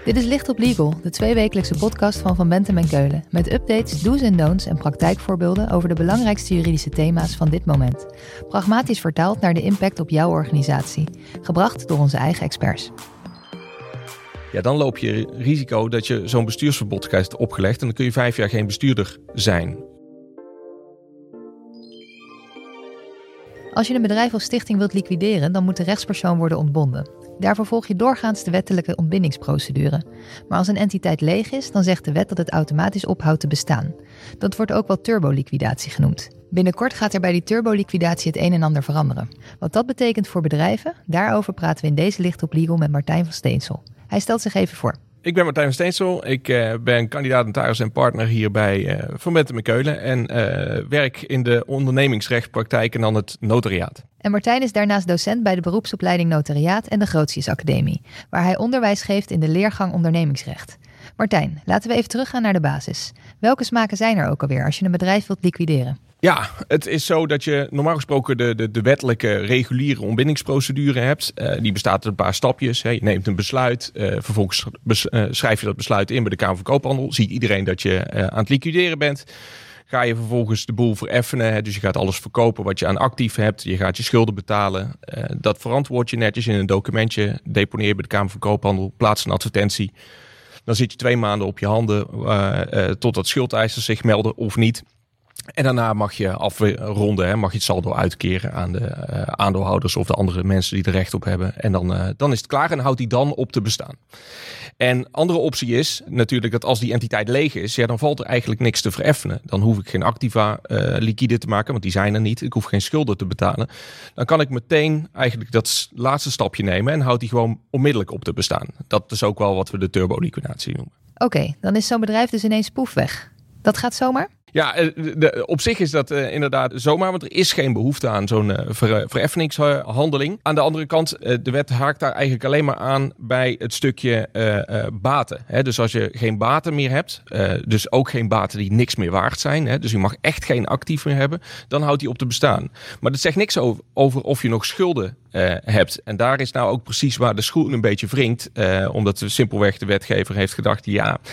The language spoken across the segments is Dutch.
Dit is Licht op Legal, de 2-wekelijkse podcast van Bentem en Keulen. Met updates, do's en don'ts en praktijkvoorbeelden over de belangrijkste juridische thema's van dit moment. Pragmatisch vertaald naar de impact op jouw organisatie. Gebracht door onze eigen experts. Ja, dan loop je risico dat je zo'n bestuursverbod krijgt opgelegd en dan kun je 5 jaar geen bestuurder zijn. Als je een bedrijf of stichting wilt liquideren, dan moet de rechtspersoon worden ontbonden. Daarvoor volg je doorgaans de wettelijke ontbindingsprocedure. Maar als een entiteit leeg is, dan zegt de wet dat het automatisch ophoudt te bestaan. Dat wordt ook wel turboliquidatie genoemd. Binnenkort gaat er bij die turboliquidatie het een en ander veranderen. Wat dat betekent voor bedrijven, daarover praten we in deze Licht op Legal met Martijn van Steensel. Hij stelt zich even voor. Ik ben Martijn van Steensel. Ik ben kandidaat notaris en partner hier bij Van Bentem en Keulen. En werk in de ondernemingsrechtpraktijk en dan het notariaat. En Martijn is daarnaast docent bij de beroepsopleiding Notariaat en de Grotius Academie, waar hij onderwijs geeft in de leergang ondernemingsrecht. Martijn, laten we even teruggaan naar de basis. Welke smaken zijn er ook alweer als je een bedrijf wilt liquideren? Ja, het is zo dat je normaal gesproken de wettelijke reguliere ontbindingsprocedure hebt. Die bestaat uit een paar stapjes. Je neemt een besluit, vervolgens schrijf je dat besluit in bij de Kamer van Koophandel. Ziet iedereen dat je aan het liquideren bent. Ga je vervolgens de boel vereffenen. Dus je gaat alles verkopen wat je aan actief hebt. Je gaat je schulden betalen. Dat verantwoord je netjes in een documentje. Deponeer je bij de Kamer van Koophandel. Plaats een advertentie. Dan zit je 2 maanden op je handen totdat schuldeisers zich melden of niet. En daarna mag je afronden, mag je het saldo uitkeren aan de aandeelhouders of de andere mensen die er recht op hebben. En dan is het klaar en houdt die dan op te bestaan. En andere optie is natuurlijk dat als die entiteit leeg is, dan valt er eigenlijk niks te vereffenen. Dan hoef ik geen activa liquide te maken, want die zijn er niet. Ik hoef geen schulden te betalen. Dan kan ik meteen eigenlijk dat laatste stapje nemen en houdt die gewoon onmiddellijk op te bestaan. Dat is ook wel wat we de turboliquidatie noemen. Oké, dan is zo'n bedrijf dus ineens poef weg. Dat gaat zomaar? Ja, op zich is dat inderdaad zomaar, want er is geen behoefte aan zo'n vereffeningshandeling. Aan de andere kant, de wet haakt daar eigenlijk alleen maar aan bij het stukje baten. Dus als je geen baten meer hebt, dus ook geen baten die niks meer waard zijn, dus je mag echt geen actief meer hebben, dan houdt die op te bestaan. Maar dat zegt niks over of je nog schulden hebt. En daar is nou ook precies waar de schoen een beetje wringt, omdat simpelweg de wetgever heeft gedacht,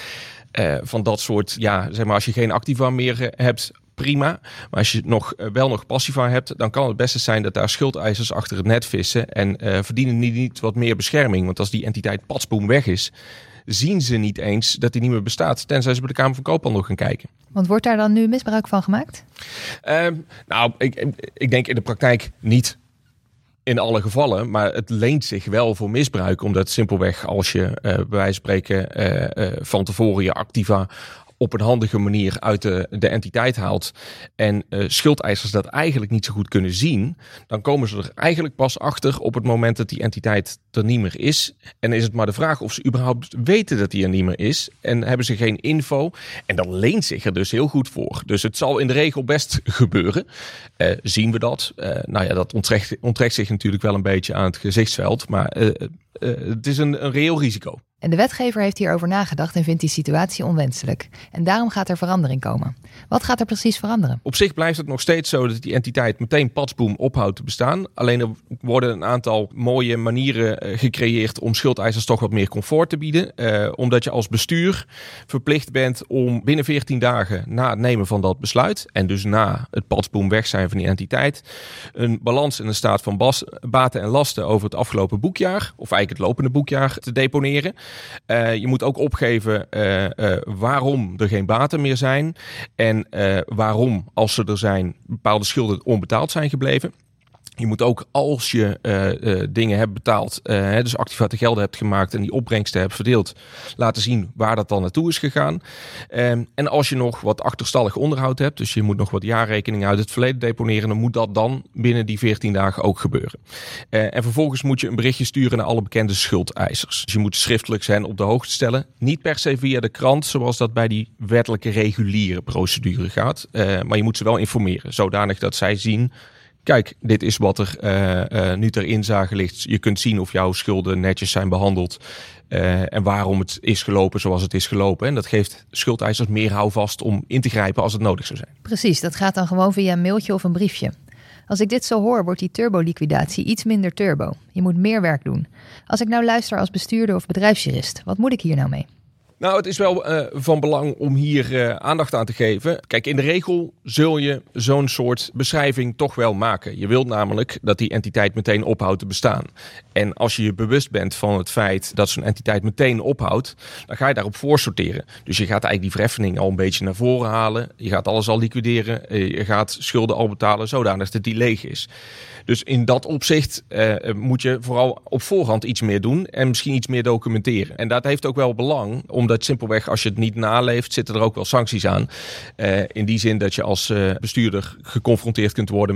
van dat soort, als je geen activa meer hebt, prima. Maar als je wel nog passiva hebt, dan kan het beste zijn dat daar schuldeisers achter het net vissen en verdienen niet wat meer bescherming. Want als die entiteit patsboom weg is, zien ze niet eens dat die niet meer bestaat, tenzij ze bij de Kamer van Koophandel gaan kijken. Want wordt daar dan nu misbruik van gemaakt? Ik denk in de praktijk niet. In alle gevallen, maar het leent zich wel voor misbruik. Omdat simpelweg als je bij wijze van spreken van tevoren je activa op een handige manier uit de entiteit haalt en schuldeisers dat eigenlijk niet zo goed kunnen zien, dan komen ze er eigenlijk pas achter op het moment dat die entiteit er niet meer is. En is het maar de vraag of ze überhaupt weten dat die er niet meer is en hebben ze geen info. En dat leent zich er dus heel goed voor. Dus het zal in de regel best gebeuren. Zien we dat? Dat onttrekt zich natuurlijk wel een beetje aan het gezichtsveld, maar het is een reëel risico. En de wetgever heeft hierover nagedacht en vindt die situatie onwenselijk. En daarom gaat er verandering komen. Wat gaat er precies veranderen? Op zich blijft het nog steeds zo dat die entiteit meteen patsboom ophoudt te bestaan. Alleen er worden een aantal mooie manieren gecreëerd om schuldeisers toch wat meer comfort te bieden. Omdat je als bestuur verplicht bent om binnen 14 dagen na het nemen van dat besluit, en dus na het patsboom weg zijn van die entiteit, een balans in de staat van baten en lasten over het afgelopen boekjaar, of eigenlijk het lopende boekjaar, te deponeren. Je moet ook opgeven waarom er geen baten meer zijn en waarom, als ze er zijn, bepaalde schulden onbetaald zijn gebleven. Je moet ook, als je dingen hebt betaald, dus activa te gelden hebt gemaakt en die opbrengsten hebt verdeeld, laten zien waar dat dan naartoe is gegaan. En als je nog wat achterstallig onderhoud hebt, dus je moet nog wat jaarrekeningen uit het verleden deponeren, dan moet dat dan binnen die 14 dagen ook gebeuren. En vervolgens moet je een berichtje sturen naar alle bekende schuldeisers. Dus je moet schriftelijk zijn op de hoogte stellen. Niet per se via de krant, zoals dat bij die wettelijke reguliere procedure gaat. Maar je moet ze wel informeren, zodanig dat zij zien, kijk, dit is wat er nu ter inzage ligt. Je kunt zien of jouw schulden netjes zijn behandeld en waarom het is gelopen zoals het is gelopen. En dat geeft schuldeisers meer houvast om in te grijpen als het nodig zou zijn. Precies, dat gaat dan gewoon via een mailtje of een briefje. Als ik dit zo hoor, wordt die turboliquidatie iets minder turbo. Je moet meer werk doen. Als ik nou luister als bestuurder of bedrijfsjurist, wat moet ik hier nou mee? Nou, het is wel van belang om hier aandacht aan te geven. Kijk, in de regel zul je zo'n soort beschrijving toch wel maken. Je wilt namelijk dat die entiteit meteen ophoudt te bestaan. En als je je bewust bent van het feit dat zo'n entiteit meteen ophoudt, dan ga je daarop voorsorteren. Dus je gaat eigenlijk die verheffing al een beetje naar voren halen. Je gaat alles al liquideren. Je gaat schulden al betalen zodanig dat die leeg is. Dus in dat opzicht moet je vooral op voorhand iets meer doen en misschien iets meer documenteren. En dat heeft ook wel belang, omdat simpelweg als je het niet naleeft, zitten er ook wel sancties aan. In die zin dat je als bestuurder geconfronteerd kunt worden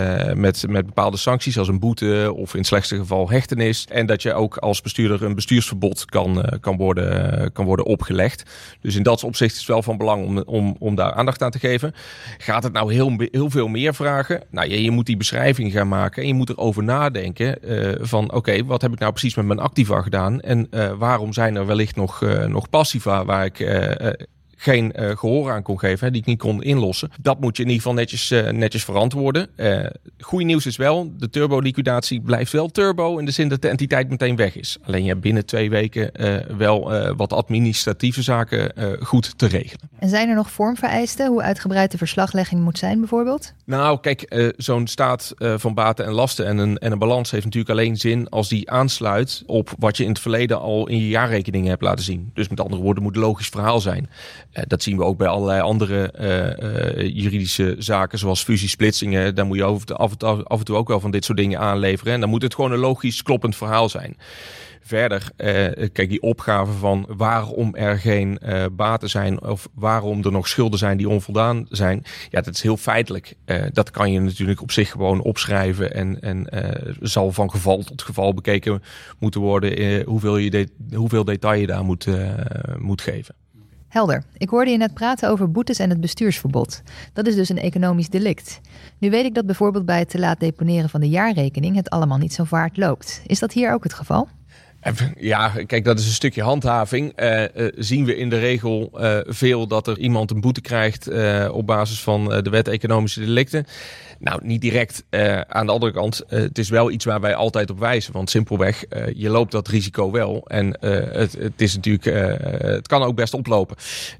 met bepaalde sancties, als een boete of in het slechtste geval hechtenis. En dat je ook als bestuurder een bestuursverbod kan worden opgelegd. Dus in dat opzicht is het wel van belang om daar aandacht aan te geven. Gaat het nou heel veel meer vragen? Nou, je moet die beschrijving gaan maken en je moet erover nadenken van oké, wat heb ik nou precies met mijn activa gedaan en waarom zijn er wellicht nog passiva waar ik geen gehoor aan kon geven, die ik niet kon inlossen. Dat moet je in ieder geval netjes verantwoorden. Goeie nieuws is wel, de turboliquidatie blijft wel turbo in de zin dat de entiteit meteen weg is. Alleen je hebt binnen 2 weken wel wat administratieve zaken goed te regelen. En zijn er nog vormvereisten, hoe uitgebreid de verslaglegging moet zijn bijvoorbeeld? Nou, kijk, zo'n staat van baten en lasten en een balans heeft natuurlijk alleen zin als die aansluit op wat je in het verleden al in je jaarrekeningen hebt laten zien. Dus met andere woorden, moet een logisch verhaal zijn. Dat zien we ook bij allerlei andere juridische zaken, zoals fusiesplitsingen. Daar moet je af en toe ook wel van dit soort dingen aanleveren. En dan moet het gewoon een logisch kloppend verhaal zijn. Verder, kijk, die opgave van waarom er geen baten zijn of waarom er nog schulden zijn die onvoldaan zijn. Ja, dat is heel feitelijk. Dat kan je natuurlijk op zich gewoon opschrijven en zal van geval tot geval bekeken moeten worden hoeveel detail je daar moet geven. Helder. Ik hoorde je net praten over boetes en het bestuursverbod. Dat is dus een economisch delict. Nu weet ik dat bijvoorbeeld bij het te laat deponeren van de jaarrekening het allemaal niet zo vaart loopt. Is dat hier ook het geval? Ja, kijk, dat is een stukje handhaving. Zien we in de regel veel dat er iemand een boete krijgt op basis van de wet economische delicten. Nou, niet direct. Aan de andere kant, het is wel iets waar wij altijd op wijzen. Want simpelweg, je loopt dat risico wel. En het is natuurlijk, het kan ook best oplopen.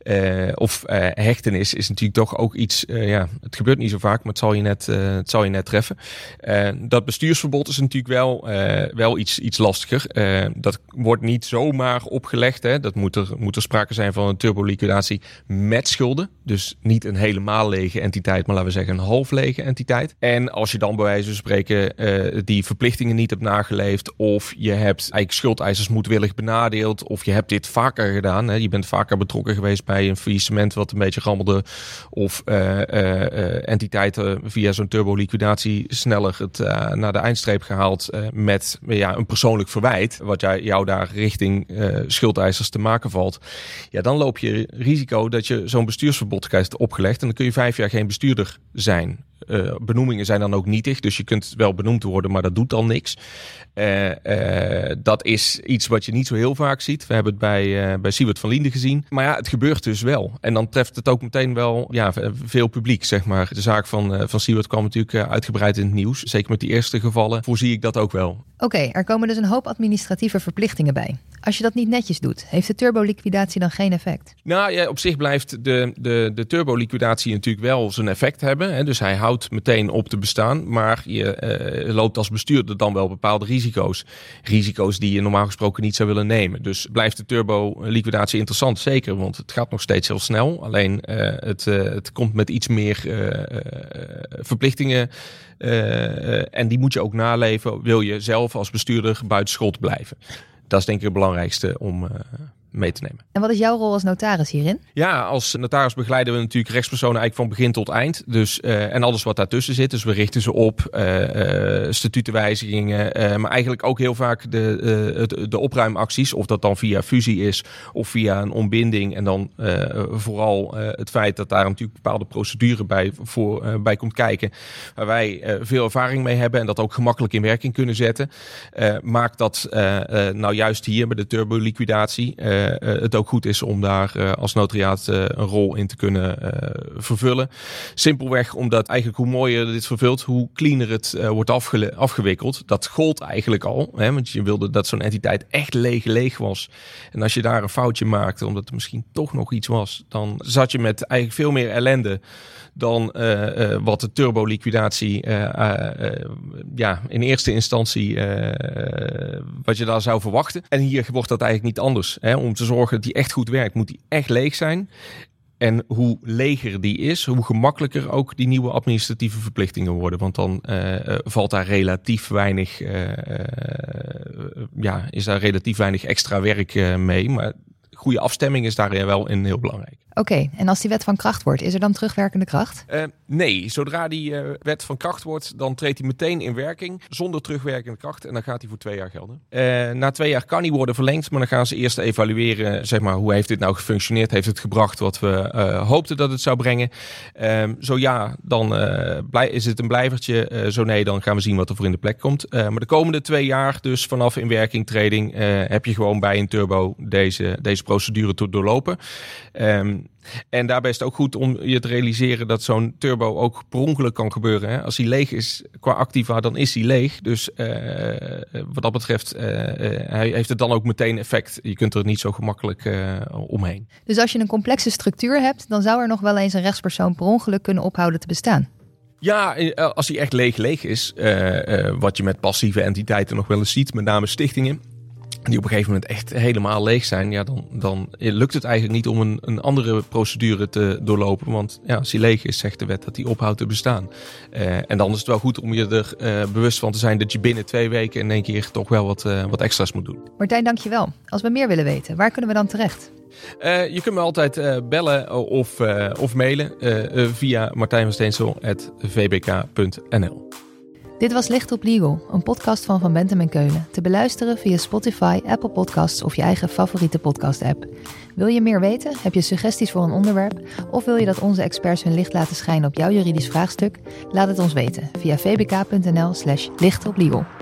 Hechtenis is natuurlijk toch ook iets, het gebeurt niet zo vaak, maar het zal je net treffen. Dat bestuursverbod is natuurlijk wel iets lastiger. Dat wordt niet zomaar opgelegd. Hè. Dat moet er sprake zijn van een turboliquidatie met schulden. Dus niet een helemaal lege entiteit, maar laten we zeggen een half lege entiteit. En als je dan bij wijze van spreken die verplichtingen niet hebt nageleefd, of je hebt eigenlijk schuldeisers moedwillig benadeeld, of je hebt dit vaker gedaan. Hè. Je bent vaker betrokken geweest bij een faillissement wat een beetje rammelde, of entiteiten via zo'n turboliquidatie sneller het naar de eindstreep gehaald met een persoonlijk verwijt, wat jou daar richting schuldeisers te maken valt. Ja, dan loop je risico dat je zo'n bestuursverbod krijgt opgelegd en dan kun je 5 jaar geen bestuurder zijn. Benoemingen zijn dan ook nietig, dus je kunt wel benoemd worden, maar dat doet dan niks. Dat is iets wat je niet zo heel vaak ziet. We hebben het bij Siewert van Liende gezien. Maar ja, het gebeurt dus wel. En dan treft het ook meteen wel veel publiek, zeg maar. De zaak van Siewert kwam natuurlijk uitgebreid in het nieuws. Zeker met die eerste gevallen voorzie ik dat ook wel. Oké, er komen dus een hoop administratieve verplichtingen bij. Als je dat niet netjes doet, heeft de turboliquidatie dan geen effect? Nou ja, op zich blijft de turboliquidatie natuurlijk wel zijn effect hebben. Hè. Dus hij houdt meteen op te bestaan. Maar je loopt als bestuurder dan wel bepaalde risico's. Risico's die je normaal gesproken niet zou willen nemen. Dus blijft de turboliquidatie interessant? Zeker, want het gaat nog steeds heel snel. Alleen het komt met iets meer verplichtingen. En die moet je ook naleven. Wil je zelf als bestuurder buiten schot blijven? Dat is denk ik het belangrijkste om mee te nemen. En wat is jouw rol als notaris hierin? Ja, als notaris begeleiden we natuurlijk rechtspersonen eigenlijk van begin tot eind. Dus, en alles wat daartussen zit. Dus we richten ze op, statutenwijzigingen. Maar eigenlijk ook heel vaak de opruimacties. Of dat dan via fusie is of via een ontbinding. En dan vooral het feit dat daar natuurlijk bepaalde procedure bij komt kijken. Waar wij veel ervaring mee hebben. En dat ook gemakkelijk in werking kunnen zetten. Maakt dat nou juist hier bij de turboliquidatie het ook goed is om daar als notariaat een rol in te kunnen vervullen. Simpelweg omdat eigenlijk hoe mooier dit vervult, hoe cleaner het wordt afgewikkeld. Dat gold eigenlijk al, hè, want je wilde dat zo'n entiteit echt leeg was. En als je daar een foutje maakte, omdat er misschien toch nog iets was, dan zat je met eigenlijk veel meer ellende dan wat de turbo-liquidatie in eerste instantie wat je daar zou verwachten. En hier wordt dat eigenlijk niet anders. Hè? Om te zorgen dat die echt goed werkt, moet die echt leeg zijn. En hoe leger die is, hoe gemakkelijker ook die nieuwe administratieve verplichtingen worden. Want dan valt daar relatief weinig, is daar relatief weinig extra werk mee. Maar goede afstemming is daar wel heel belangrijk. Oké, en als die wet van kracht wordt, is er dan terugwerkende kracht? Nee, zodra die wet van kracht wordt, dan treedt hij meteen in werking zonder terugwerkende kracht. En dan gaat hij voor 2 jaar gelden. Na 2 jaar kan hij worden verlengd, maar dan gaan ze eerst evalueren, zeg maar, hoe heeft dit nou gefunctioneerd? Heeft het gebracht wat we hoopten dat het zou brengen? Zo ja, dan is het een blijvertje. Zo nee, dan gaan we zien wat er voor in de plek komt. Maar de komende 2 jaar, dus vanaf inwerkingtreding, heb je gewoon bij een turbo deze procedure te doorlopen. En daarbij is het ook goed om je te realiseren dat zo'n turbo ook per ongeluk kan gebeuren. Hè? Als hij leeg is qua activa, dan is hij leeg. Dus wat dat betreft hij heeft het dan ook meteen effect. Je kunt er niet zo gemakkelijk omheen. Dus als je een complexe structuur hebt, dan zou er nog wel eens een rechtspersoon per ongeluk kunnen ophouden te bestaan? Ja, als hij echt leeg is, wat je met passieve entiteiten nog wel eens ziet, met name stichtingen, die op een gegeven moment echt helemaal leeg zijn, ja, dan lukt het eigenlijk niet om een andere procedure te doorlopen. Want ja, als die leeg is, zegt de wet dat die ophoudt te bestaan. En dan is het wel goed om je er bewust van te zijn dat je binnen 2 weken in één keer toch wel wat extra's moet doen. Martijn, dankjewel. Als we meer willen weten, waar kunnen we dan terecht? Je kunt me altijd bellen of mailen via martijnvansteensel@vbk.nl. Dit was Licht op Legal, een podcast van Van Bentem en Keulen. Te beluisteren via Spotify, Apple Podcasts of je eigen favoriete podcast-app. Wil je meer weten? Heb je suggesties voor een onderwerp? Of wil je dat onze experts hun licht laten schijnen op jouw juridisch vraagstuk? Laat het ons weten via vbk.nl/lichtoplegal.